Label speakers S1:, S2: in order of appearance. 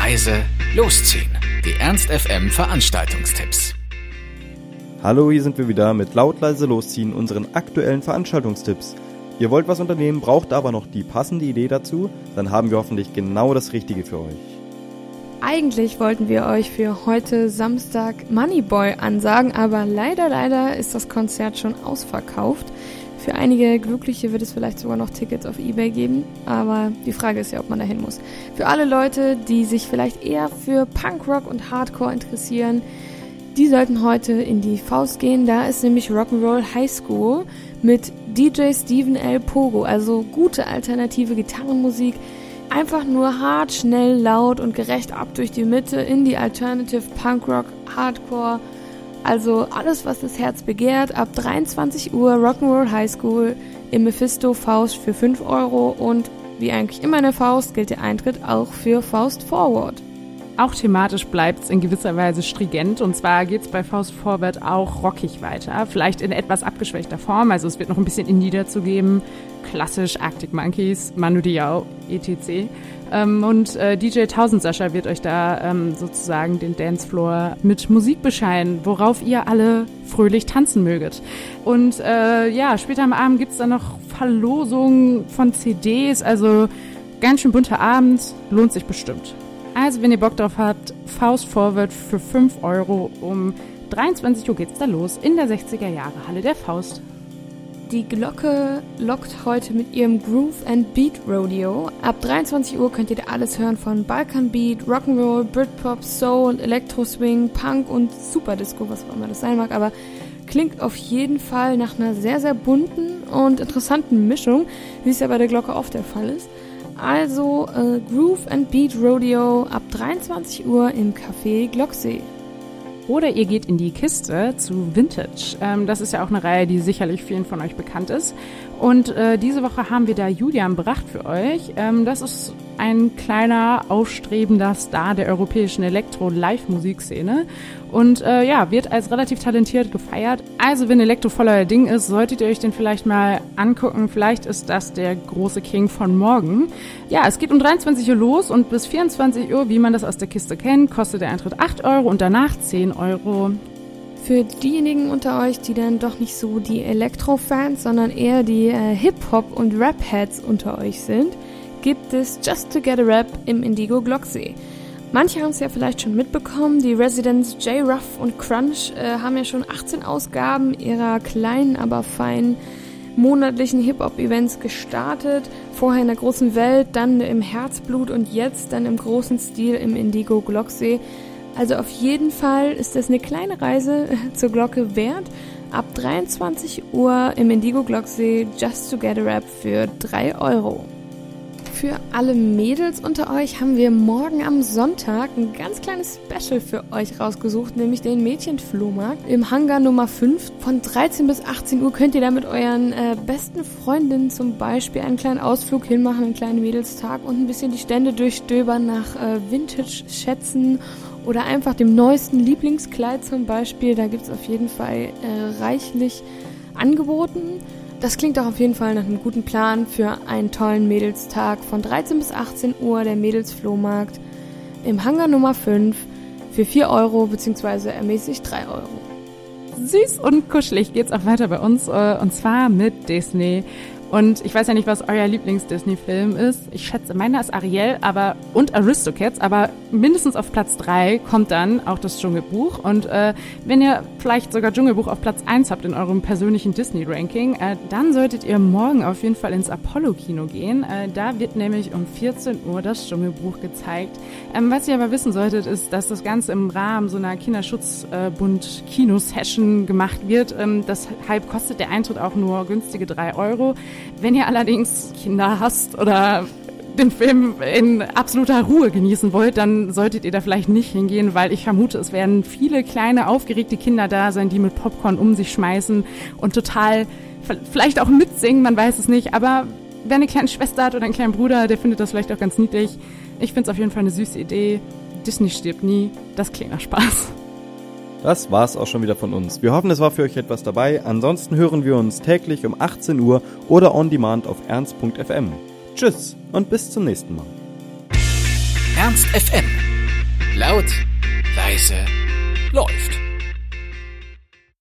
S1: leise, losziehen. Die Ernst FM Veranstaltungstipps.
S2: Hallo, hier sind wir wieder mit laut, leise, losziehen, unseren aktuellen Veranstaltungstipps. Ihr wollt was unternehmen, braucht aber noch die passende Idee dazu, dann haben wir hoffentlich genau das Richtige für euch.
S3: Eigentlich wollten wir euch für heute Samstag Moneyboy ansagen, aber leider ist das Konzert schon ausverkauft. Für einige Glückliche wird es vielleicht sogar noch Tickets auf eBay geben, aber die Frage ist ja, ob man da hin muss. Für alle Leute, die sich vielleicht eher für Punkrock und Hardcore interessieren, die sollten heute in die Faust gehen. Da ist nämlich Rock'n'Roll High School mit DJ Steven L. Pogo, also gute alternative Gitarrenmusik. Einfach nur hart, schnell, laut und gerecht ab durch die Mitte in die Alternative Punkrock, Hardcore. Also alles, was das Herz begehrt. Ab 23 Uhr Rock'n'Roll High School im Mephisto Faust für 5 Euro. Und wie eigentlich immer in der Faust gilt der Eintritt auch für Faust Forward.
S4: Auch thematisch bleibt es in gewisser Weise stringent, und zwar geht es bei Faust Forward auch rockig weiter, vielleicht in etwas abgeschwächter Form, also es wird noch ein bisschen Indie dazu geben, klassisch Arctic Monkeys, Manu Diao, etc. Und DJ Tausendsascha wird euch da sozusagen den Dancefloor mit Musik bescheinen, worauf ihr alle fröhlich tanzen möget. Und später am Abend gibt es dann noch Verlosungen von CDs, also ganz schön bunter Abend, lohnt sich bestimmt. Also wenn ihr Bock drauf habt, Faust Forward für 5 Euro, um 23 Uhr geht's da los in der 60er Jahre Halle der Faust.
S3: Die Glocke lockt heute mit ihrem Groove and Beat Rodeo. Ab 23 Uhr könnt ihr da alles hören von Balkan Beat, Rock'n'Roll, Britpop, Soul, Elektro-Swing, Punk und Superdisco, was auch immer das sein mag, aber klingt auf jeden Fall nach einer sehr, sehr bunten und interessanten Mischung, wie es ja bei der Glocke oft der Fall ist. Also Groove and Beat Rodeo ab 23 Uhr im Café Glocksee.
S4: Oder ihr geht in die Kiste zu Vintage. Das ist ja auch eine Reihe, die sicherlich vielen von euch bekannt ist. Und diese Woche haben wir da Julian Bracht für euch. Das ist ein kleiner, aufstrebender Star der europäischen Elektro-Live-Musikszene und wird als relativ talentiert gefeiert. Also wenn Elektro voll euer Ding ist, solltet ihr euch den vielleicht mal angucken. Vielleicht ist das der große King von morgen. Ja, es geht um 23 Uhr los und bis 24 Uhr, wie man das aus der Kiste kennt, kostet der Eintritt 8 Euro und danach 10 Euro.
S3: Für diejenigen unter euch, die dann doch nicht so die Elektro-Fans, sondern eher die Hip-Hop- und Rap-Heads unter euch sind, gibt es Just to Get a Rap im Indigo Glocksee. Manche haben es ja vielleicht schon mitbekommen, die Residents J-Ruff und Crunch haben ja schon 18 Ausgaben ihrer kleinen, aber feinen monatlichen Hip-Hop-Events gestartet. Vorher in der großen Welt, dann im Herzblut und jetzt dann im großen Stil im Indigo Glocksee. Also auf jeden Fall ist das eine kleine Reise zur Glocke wert. Ab 23 Uhr im Indigo Glocksee Just to Get a Rap für 3 Euro. Für alle Mädels unter euch haben wir morgen am Sonntag ein ganz kleines Special für euch rausgesucht, nämlich den Mädchenflohmarkt im Hangar Nummer 5. Von 13 bis 18 Uhr könnt ihr da mit euren besten Freundinnen zum Beispiel einen kleinen Ausflug hinmachen, einen kleinen Mädelstag und ein bisschen die Stände durchstöbern nach Vintage-Schätzen oder einfach dem neuesten Lieblingskleid zum Beispiel. Da gibt es auf jeden Fall reichlich angeboten. Das klingt auch auf jeden Fall nach einem guten Plan für einen tollen Mädelstag. Von 13 bis 18 Uhr der Mädelsflohmarkt im Hangar Nummer 5 für 4 Euro bzw. ermäßigt 3 Euro.
S4: Süß und kuschelig geht's auch weiter bei uns und zwar mit Disney. Und ich weiß ja nicht, was euer Lieblings-Disney-Film ist. Ich schätze, meiner ist Ariel und Aristocats, aber mindestens auf Platz 3 kommt dann auch das Dschungelbuch. Und wenn ihr vielleicht sogar Dschungelbuch auf Platz 1 habt in eurem persönlichen Disney-Ranking, dann solltet ihr morgen auf jeden Fall ins Apollo-Kino gehen. Da wird nämlich um 14 Uhr das Dschungelbuch gezeigt. Was ihr aber wissen solltet, ist, dass das Ganze im Rahmen so einer Kinderschutzbund-Kino-Session gemacht wird. Deshalb kostet der Eintritt auch nur günstige 3 Euro. Wenn ihr allerdings Kinder hasst oder den Film in absoluter Ruhe genießen wollt, dann solltet ihr da vielleicht nicht hingehen, weil ich vermute, es werden viele kleine, aufgeregte Kinder da sein, die mit Popcorn um sich schmeißen und total vielleicht auch mitsingen, man weiß es nicht, aber wer eine kleine Schwester hat oder einen kleinen Bruder, der findet das vielleicht auch ganz niedlich. Ich finde es auf jeden Fall eine süße Idee. Disney stirbt nie, das klingt nach Spaß.
S2: Das war's auch schon wieder von uns. Wir hoffen, es war für euch etwas dabei. Ansonsten hören wir uns täglich um 18 Uhr oder on demand auf ernst.fm. Tschüss und bis zum nächsten Mal.
S1: Ernst FM. Laut, leise, läuft.